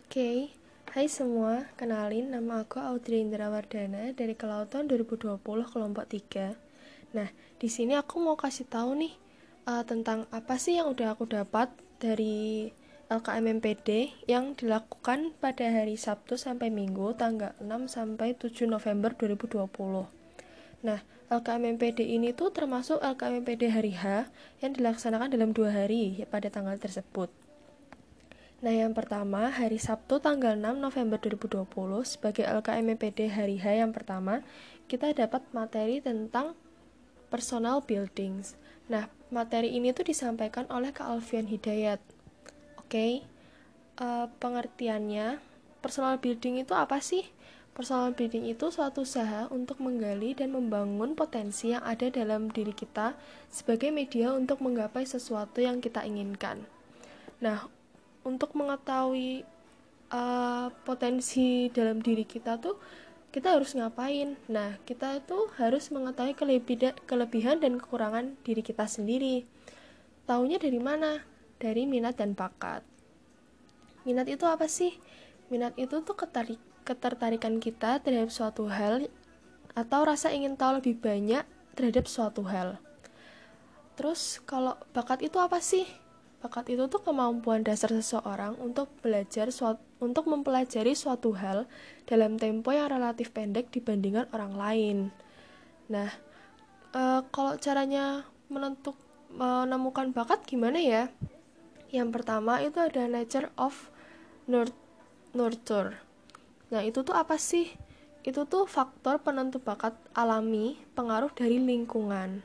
Oke, hai semua, kenalin nama aku Audrey Indrawardana dari Kelautan 2020 kelompok 3. Nah, di sini aku mau kasih tahu nih tentang apa sih yang udah aku dapat dari LKMMPD yang dilakukan pada hari Sabtu sampai Minggu tanggal 6 sampai 7 November 2020. Nah, LKMMPD ini tuh termasuk LKMMPD hari H yang dilaksanakan dalam 2 hari pada tanggal tersebut. Nah, yang pertama, hari Sabtu tanggal 6 November 2020 sebagai LKMPD hari H yang pertama, kita dapat materi tentang personal buildings. Nah, materi ini tuh disampaikan oleh Kak Alfian Hidayat. Oke, pengertiannya, personal building itu apa sih? Personal building itu suatu usaha untuk menggali dan membangun potensi yang ada dalam diri kita sebagai media untuk menggapai sesuatu yang kita inginkan. Nah, untuk mengetahui potensi dalam diri kita tuh kita harus ngapain? Nah, kita tuh harus mengetahui kelebihan dan kekurangan diri kita sendiri. Taunya dari mana? Dari minat dan bakat. Minat itu apa sih? Minat itu tuh ketertarikan kita terhadap suatu hal atau rasa ingin tahu lebih banyak terhadap suatu hal. Terus kalau bakat itu apa sih? Bakat itu tuh kemampuan dasar seseorang untuk mempelajari suatu hal dalam tempo yang relatif pendek dibandingkan orang lain. Nah, kalau caranya menemukan bakat gimana ya? Yang pertama itu ada nature of nurture. Nah, itu tuh apa sih? Itu tuh faktor penentu bakat alami, pengaruh dari lingkungan.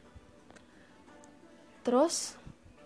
Terus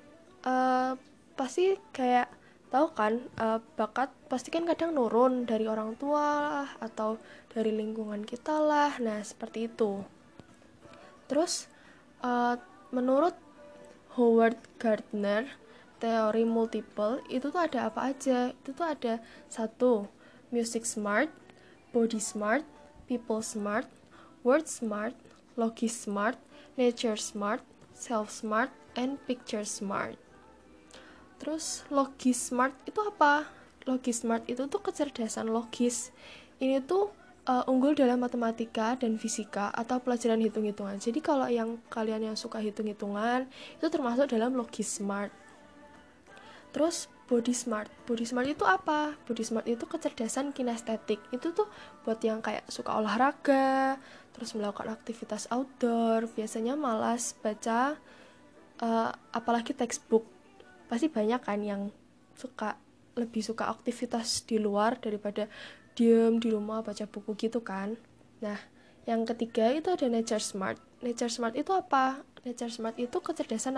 pasti kayak tahu kan, bakat pasti kan kadang nurun dari orang tua lah, atau dari lingkungan kita lah. Nah, seperti itu. Terus menurut Howard Gardner, teori multiple itu tuh ada apa aja? Itu tuh ada 1. Music smart, body smart, people smart, word smart, logis smart, nature smart, self smart, and picture smart. Terus logis smart itu apa? Logis smart itu tuh kecerdasan logis. Ini tuh unggul dalam matematika dan fisika atau pelajaran hitung-hitungan. Jadi kalau kalian yang suka hitung-hitungan itu termasuk dalam logis smart. Terus body smart. Body smart itu apa? Body smart itu kecerdasan kinestetik. Itu tuh buat yang kayak suka olahraga, terus melakukan aktivitas outdoor, biasanya malas baca apalagi textbook. Pasti banyak kan yang lebih suka aktivitas di luar daripada diem di rumah baca buku gitu kan. Nah, yang ketiga itu ada nature smart. Nature smart itu apa? Nature smart itu kecerdasan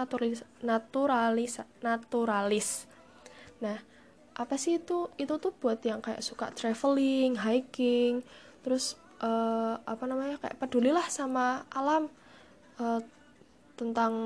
naturalis. Nah, apa sih itu? Itu tuh buat yang kayak suka traveling, hiking, terus kayak pedulilah sama alam, tentang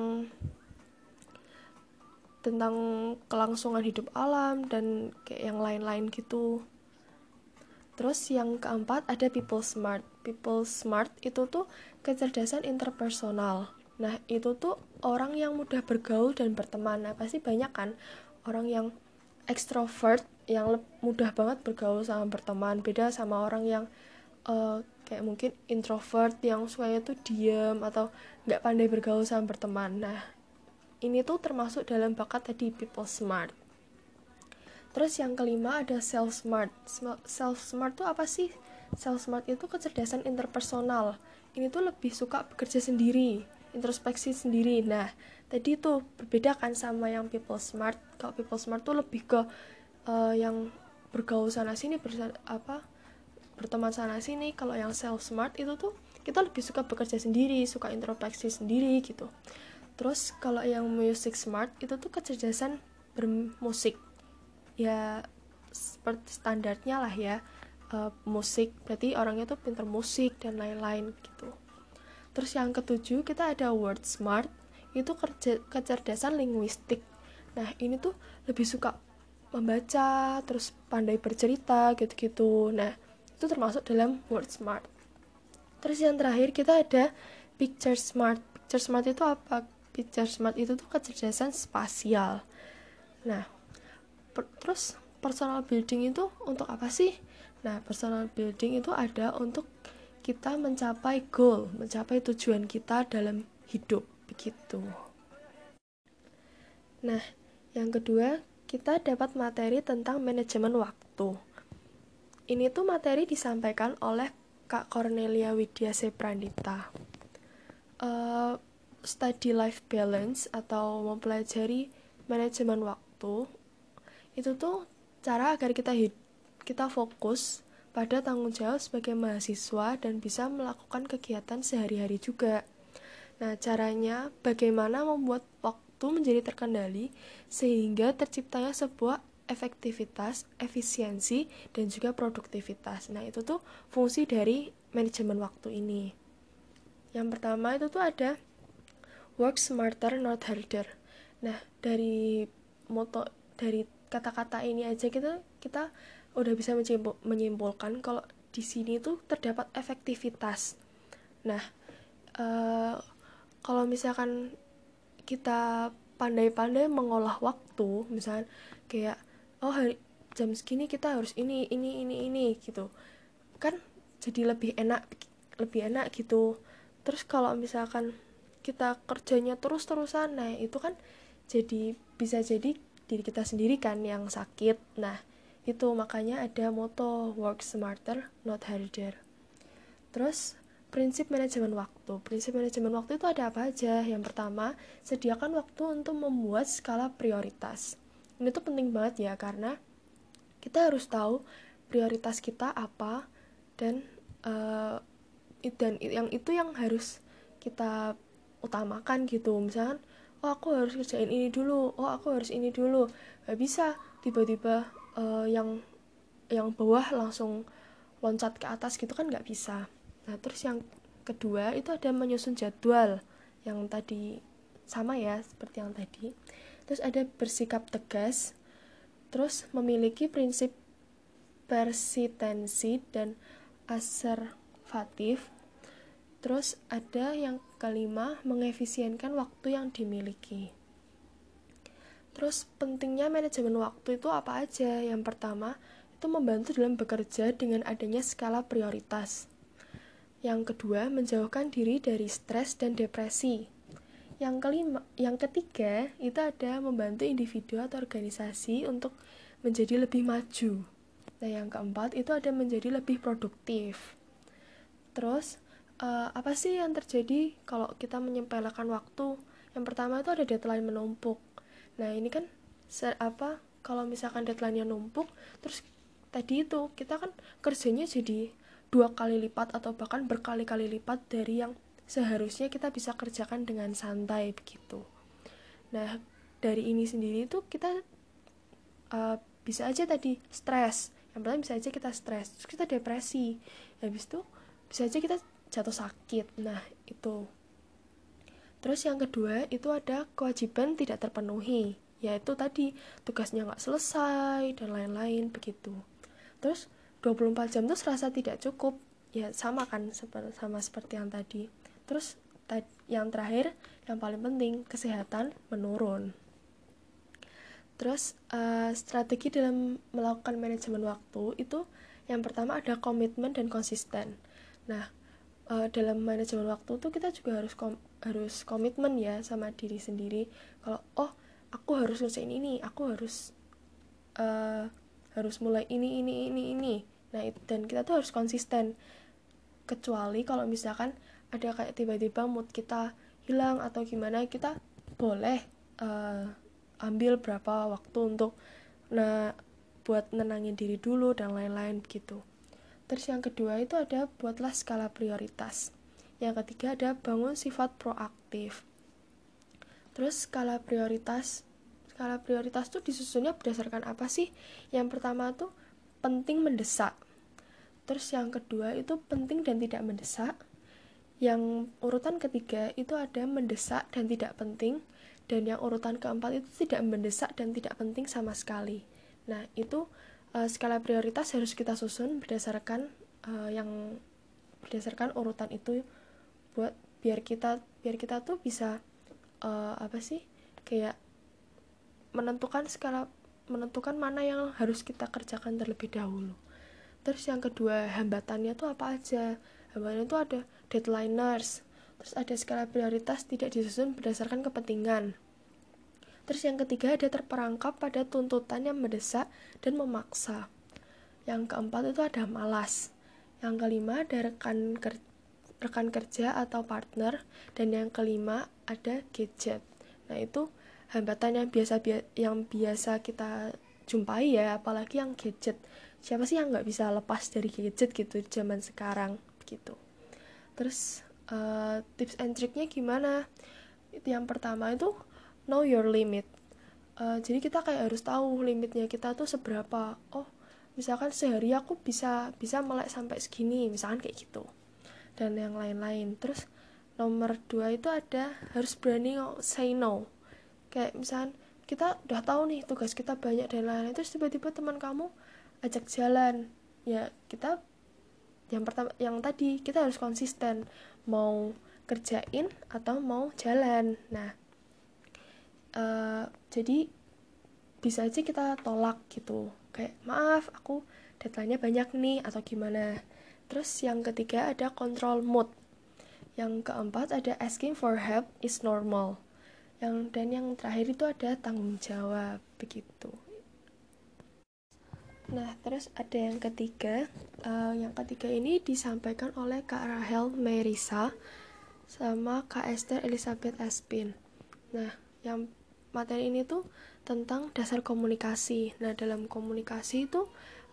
tentang kelangsungan hidup alam dan kayak yang lain-lain gitu. Terus yang keempat ada people smart. People smart itu tuh kecerdasan interpersonal. Nah, itu tuh orang yang mudah bergaul dan berteman. Nah, pasti banyak kan orang yang extrovert yang mudah banget bergaul sama berteman. Beda sama orang yang kayak mungkin introvert yang sukanya tuh diam atau nggak pandai bergaul sama berteman. Nah, ini tuh termasuk dalam bakat tadi people smart. Terus yang kelima ada self smart. Self smart tuh apa sih? Self smart itu kecerdasan interpersonal. Ini tuh lebih suka bekerja sendiri, introspeksi sendiri. Nah, tadi tuh berbeda kan sama yang people smart. Kalau people smart tuh lebih ke yang bergaul sana sini, berteman sana sini. Kalau yang self smart itu tuh kita lebih suka bekerja sendiri, suka introspeksi sendiri gitu. Terus kalau yang music smart itu tuh kecerdasan bermusik. Ya seperti standarnya lah ya, musik berarti orangnya tuh pinter musik dan lain-lain gitu. Terus yang ketujuh kita ada word smart, itu kecerdasan linguistik. Nah, ini tuh lebih suka membaca, terus pandai bercerita gitu-gitu. Nah, itu termasuk dalam word smart. Terus yang terakhir kita ada picture smart. Picture smart itu apa? Picture smart itu tuh kecerdasan spasial. Nah, terus personal building itu untuk apa sih? Nah, personal building itu ada untuk kita mencapai goal, mencapai tujuan kita dalam hidup, begitu. Nah, yang kedua, kita dapat materi tentang manajemen waktu. Ini tuh materi disampaikan oleh Kak Cornelia Widya Seprandita. Study life balance atau mempelajari manajemen waktu itu tuh cara agar kita fokus pada tanggung jawab sebagai mahasiswa dan bisa melakukan kegiatan sehari-hari juga. Nah, caranya bagaimana membuat waktu menjadi terkendali sehingga terciptanya sebuah efektivitas, efisiensi, dan juga produktivitas. Nah, itu tuh fungsi dari manajemen waktu ini. Yang pertama itu tuh ada work smarter not harder. Nah, dari kata-kata ini aja kita udah bisa menyimpulkan kalau di sini tuh terdapat efektivitas. Nah, kalau misalkan kita pandai-pandai mengolah waktu, misalkan kayak jam segini kita harus ini gitu, kan jadi lebih enak gitu. Terus kalau misalkan kita kerjanya terus-terusan, nah itu kan bisa jadi diri kita sendiri kan yang sakit. Nah, itu makanya ada moto work smarter not harder. Terus prinsip manajemen waktu. Prinsip manajemen waktu itu ada apa aja? Yang pertama, sediakan waktu untuk membuat skala prioritas. Ini tuh penting banget ya, karena kita harus tahu prioritas kita apa, dan yang itu yang harus kita utamakan gitu. Misalkan, aku harus kerjain ini dulu, aku harus ini dulu. Gak bisa tiba-tiba yang bawah langsung loncat ke atas gitu kan, nggak bisa. Nah, terus yang kedua itu ada menyusun jadwal, yang tadi sama ya seperti yang tadi. Terus ada bersikap tegas, terus memiliki prinsip persistensi dan aservatif. Terus ada yang kelima, mengefisienkan waktu yang dimiliki. Terus pentingnya manajemen waktu itu apa aja? Yang pertama, itu membantu dalam bekerja dengan adanya skala prioritas. Yang kedua, menjauhkan diri dari stres dan depresi. Yang ketiga, itu ada membantu individu atau organisasi untuk menjadi lebih maju. Nah, yang keempat, itu ada menjadi lebih produktif. Terus, apa sih yang terjadi kalau kita menyempelekan waktu? Yang pertama itu ada deadline menumpuk. Nah, ini kan kalau misalkan deadline-nya numpuk, terus tadi itu kita kan kerjanya jadi 2 kali lipat atau bahkan berkali-kali lipat dari yang seharusnya kita bisa kerjakan dengan santai begitu. Nah, dari ini sendiri itu kita bisa aja tadi stres. Yang pertama bisa aja kita stres, terus kita depresi. Habis itu bisa aja kita jatuh sakit. Nah, itu. Terus yang kedua itu ada kewajiban tidak terpenuhi, yaitu tadi tugasnya nggak selesai dan lain-lain begitu. Terus 24 jam itu serasa tidak cukup, ya sama kan sama seperti yang tadi. Terus yang terakhir, yang paling penting, kesehatan menurun. Terus strategi dalam melakukan manajemen waktu itu yang pertama ada komitmen dan konsisten. Nah, dalam manajemen waktu tuh kita juga harus komitmen ya sama diri sendiri. Kalau aku harus ngerjain ini, aku harus mulai ini. Nah, dan kita tuh harus konsisten. Kecuali kalau misalkan ada kayak tiba-tiba mood kita hilang atau gimana, kita boleh ambil berapa waktu untuk buat nenangin diri dulu dan lain-lain begitu. Terus yang kedua itu ada buatlah skala prioritas. Yang ketiga ada bangun sifat proaktif. Terus skala prioritas tuh disusunnya berdasarkan apa sih? Yang pertama tuh penting mendesak. Terus yang kedua itu penting dan tidak mendesak. Yang urutan ketiga itu ada mendesak dan tidak penting. Dan yang urutan keempat itu tidak mendesak dan tidak penting sama sekali. Nah, itu skala prioritas harus kita susun berdasarkan berdasarkan urutan itu, biar kita tuh bisa kayak menentukan skala menentukan mana yang harus kita kerjakan terlebih dahulu. Terus yang kedua, hambatannya tuh apa aja? Hambatannya tuh ada deadliners, terus ada skala prioritas tidak disusun berdasarkan kepentingan. Terus yang ketiga, ada terperangkap pada tuntutan yang mendesak dan memaksa. Yang keempat itu ada malas. Yang kelima ada rekan kerja atau partner. Dan yang kelima ada gadget. Nah itu hambatan yang biasa kita jumpai ya, apalagi yang gadget. Siapa sih yang nggak bisa lepas dari gadget gitu zaman sekarang gitu. Terus tips and triknya gimana? Yang pertama itu know your limit. Jadi kita kayak harus tahu limitnya kita tuh seberapa. Oh, misalkan sehari aku bisa melek sampai segini, misalkan kayak gitu. Dan yang lain-lain. Terus nomor 2 itu ada harus berani say no. Kayak misalkan kita udah tahu nih tugas kita banyak dan lain-lain, terus tiba-tiba teman kamu ajak jalan. Ya, kita yang tadi kita harus konsisten mau kerjain atau mau jalan. Nah, jadi bisa aja kita tolak gitu, kayak maaf aku deadline-nya banyak nih atau gimana. Terus yang ketiga ada control mood. Yang keempat ada asking for help is normal. Dan yang terakhir itu ada tanggung jawab begitu. Nah, terus ada yang ketiga. Yang ketiga ini disampaikan oleh Kak Rahel Merisa sama Kak Esther Elizabeth Aspin. Nah, yang materi ini tuh tentang dasar komunikasi. Nah, dalam komunikasi itu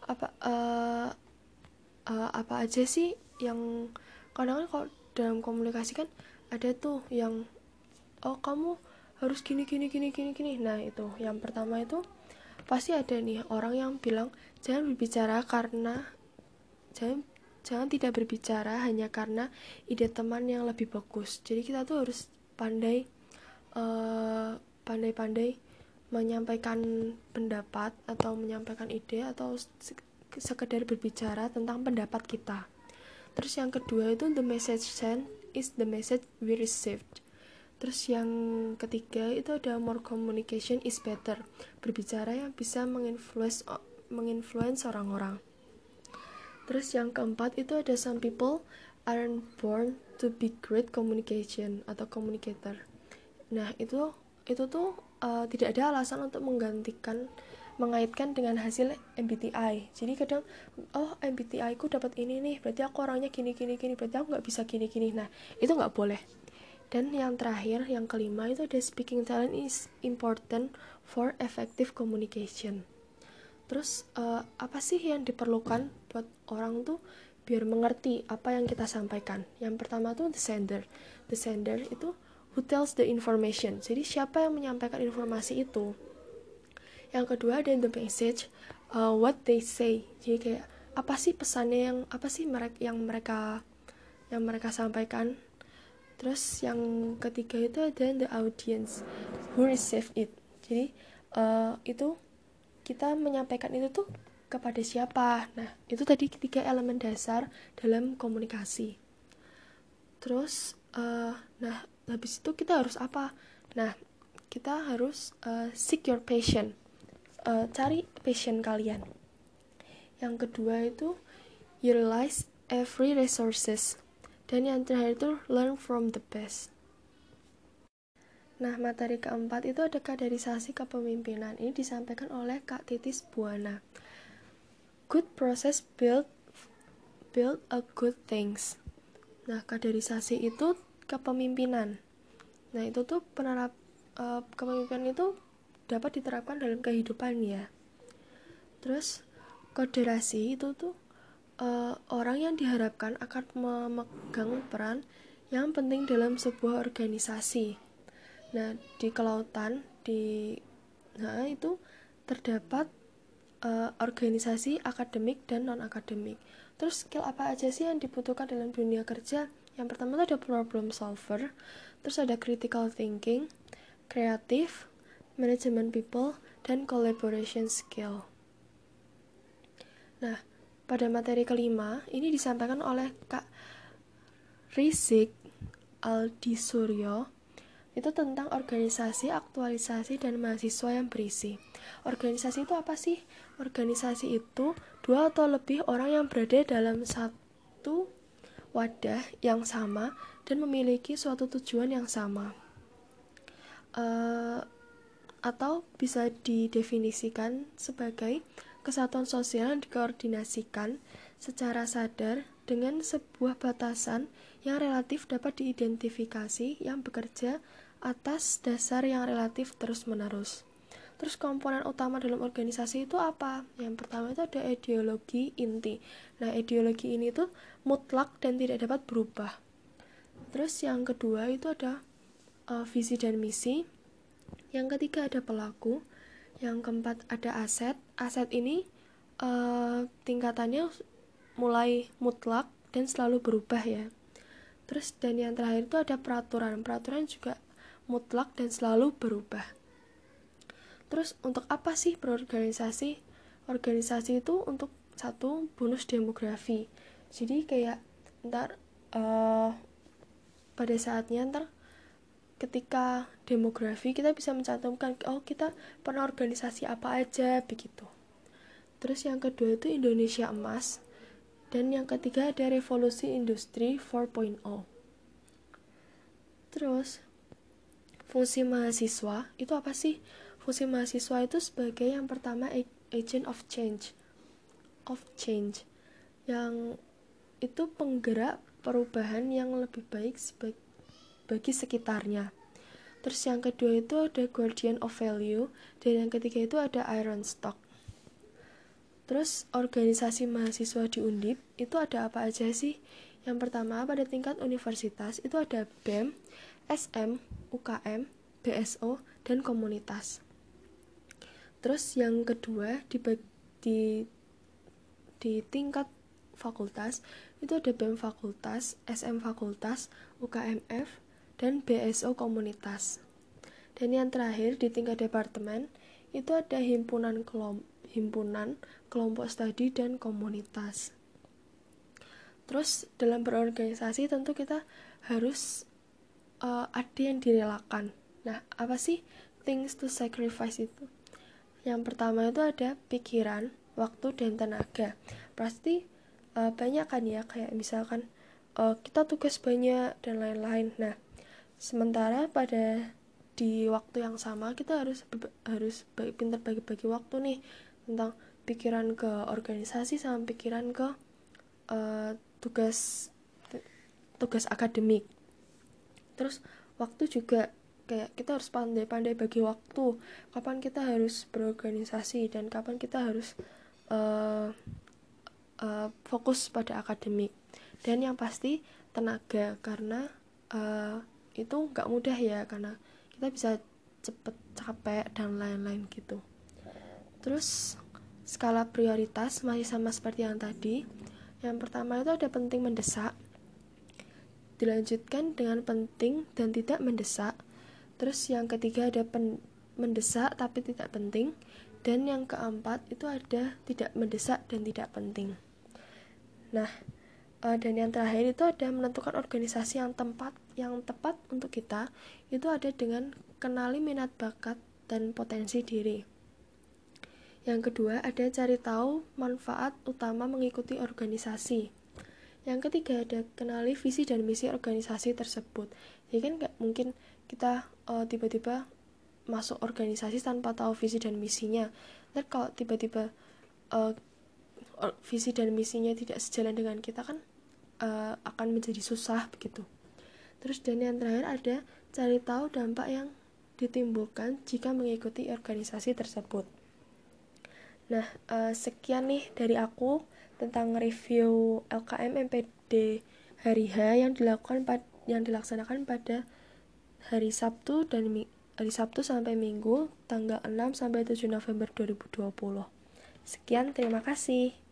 apa aja sih yang kadang kan kalau dalam komunikasi kan ada tuh yang kamu harus gini. Nah, itu yang pertama itu pasti ada nih orang yang bilang jangan tidak berbicara hanya karena ide teman yang lebih bagus. Jadi kita tuh harus pandai-pandai menyampaikan pendapat atau menyampaikan ide atau sekedar berbicara tentang pendapat kita. Terus yang kedua itu the message sent is the message we received. Terus yang ketiga itu ada more communication is better. Berbicara yang bisa menginfluence orang-orang. Terus yang keempat itu ada some people aren't born to be great communication atau communicator. Nah, itu tuh tidak ada alasan untuk mengaitkan dengan hasil MBTI. Jadi kadang MBTI ku dapat ini nih, berarti aku orangnya gini, berarti aku nggak bisa gini. Nah, itu nggak boleh. Dan yang terakhir, yang kelima itu ada speaking talent is important for effective communication. Terus apa sih yang diperlukan buat orang tuh biar mengerti apa yang kita sampaikan? Yang pertama tuh the sender. The sender itu who tells the information. Jadi siapa yang menyampaikan informasi itu? Yang kedua ada the message, what they say. Jadi kayak apa sih pesannya yang mereka sampaikan. Terus yang ketiga itu ada the audience who receive it. Jadi itu kita menyampaikan itu tuh kepada siapa. Nah, itu tadi ketiga elemen dasar dalam komunikasi. Terus nah, habis itu kita harus apa? Nah, kita harus seek your passion. Cari passion kalian. Yang kedua itu utilize every resources. Dan yang terakhir itu learn from the best. Nah, materi keempat itu ada kaderisasi kepemimpinan. Ini disampaikan oleh Kak Titis Buana. Good process build a good things. Nah, kaderisasi itu kepemimpinan. Nah, itu tuh kepemimpinan itu dapat diterapkan dalam kehidupan ya. Terus koderasi itu tuh orang yang diharapkan akan memegang peran yang penting dalam sebuah organisasi. Nah, di kelautan itu terdapat organisasi akademik dan non-akademik. Terus skill apa aja sih yang dibutuhkan dalam dunia kerja? Yang pertama itu ada problem solver, terus ada critical thinking, kreatif, management people, dan collaboration skill. Nah, pada materi kelima, ini disampaikan oleh Kak Rizik Aldi Suryo, itu tentang organisasi, aktualisasi, dan mahasiswa yang berisi. Organisasi itu apa sih? Organisasi itu dua atau lebih orang yang berada dalam satu wadah yang sama dan memiliki suatu tujuan yang sama. Atau bisa didefinisikan sebagai kesatuan sosial yang dikoordinasikan secara sadar dengan sebuah batasan yang relatif dapat diidentifikasi yang bekerja atas dasar yang relatif terus-menerus. Terus komponen utama dalam organisasi itu apa? Yang pertama itu ada ideologi inti. Nah, ideologi ini tuh mutlak dan tidak dapat berubah. Terus yang kedua itu ada visi dan misi. Yang ketiga ada pelaku. Yang keempat ada aset. Aset ini tingkatannya mulai mutlak dan selalu berubah ya. Terus dan yang terakhir itu ada peraturan. Peraturan juga mutlak dan selalu berubah. Terus untuk apa sih berorganisasi? Organisasi itu untuk satu, bonus demografi. Jadi kayak ntar pada saatnya ntar ketika demografi kita bisa mencantumkan kita pernah organisasi apa aja begitu. Terus yang kedua itu Indonesia Emas. Dan yang ketiga ada revolusi industri 4.0. Terus fungsi mahasiswa itu apa sih? Fungsi mahasiswa itu sebagai yang pertama agent of change yang itu penggerak perubahan yang lebih baik bagi sekitarnya. Terus yang kedua itu ada guardian of value, dan yang ketiga itu ada iron stock. Terus organisasi mahasiswa di Undip itu ada apa aja sih? Yang pertama pada tingkat universitas itu ada BEM, SM, UKM, BSO, dan komunitas. Terus yang kedua di tingkat fakultas itu ada BEM fakultas, SM fakultas, UKMF, dan BSO komunitas. Dan yang terakhir di tingkat departemen itu ada himpunan kelompok studi dan komunitas. Terus dalam berorganisasi tentu kita harus ada yang direlakan. Nah, apa sih things to sacrifice itu? Yang pertama itu ada pikiran, waktu, dan tenaga. Pasti banyak kan ya, kayak misalkan kita tugas banyak dan lain-lain. Nah, sementara di waktu yang sama kita harus pintar bagi-bagi waktu nih tentang pikiran ke organisasi sama pikiran ke tugas akademik. Terus waktu juga kayak kita harus pandai-pandai bagi waktu, kapan kita harus berorganisasi dan kapan kita harus fokus pada akademik. Dan yang pasti tenaga, karena itu nggak mudah ya, karena kita bisa cepet capek dan lain-lain gitu. Terus skala prioritas masih sama seperti yang tadi. Yang pertama itu ada penting mendesak, dilanjutkan dengan penting dan tidak mendesak. Terus yang ketiga ada mendesak tapi tidak penting. Dan yang keempat itu ada tidak mendesak dan tidak penting. Nah, dan yang terakhir itu ada menentukan organisasi yang tepat untuk kita. Itu ada dengan kenali minat bakat dan potensi diri. Yang kedua ada cari tahu manfaat utama mengikuti organisasi. Yang ketiga ada kenali visi dan misi organisasi tersebut. Jadi kan gak mungkin kita tiba-tiba masuk organisasi tanpa tahu visi dan misinya. Ntar kalau tiba-tiba visi dan misinya tidak sejalan dengan kita kan akan menjadi susah begitu. Terus dan yang terakhir ada cari tahu dampak yang ditimbulkan jika mengikuti organisasi tersebut. Nah, sekian nih dari aku tentang review LKM MPD hari H yang dilaksanakan pada hari Sabtu sampai Minggu tanggal 6 sampai 7 November 2020. Sekian, terima kasih.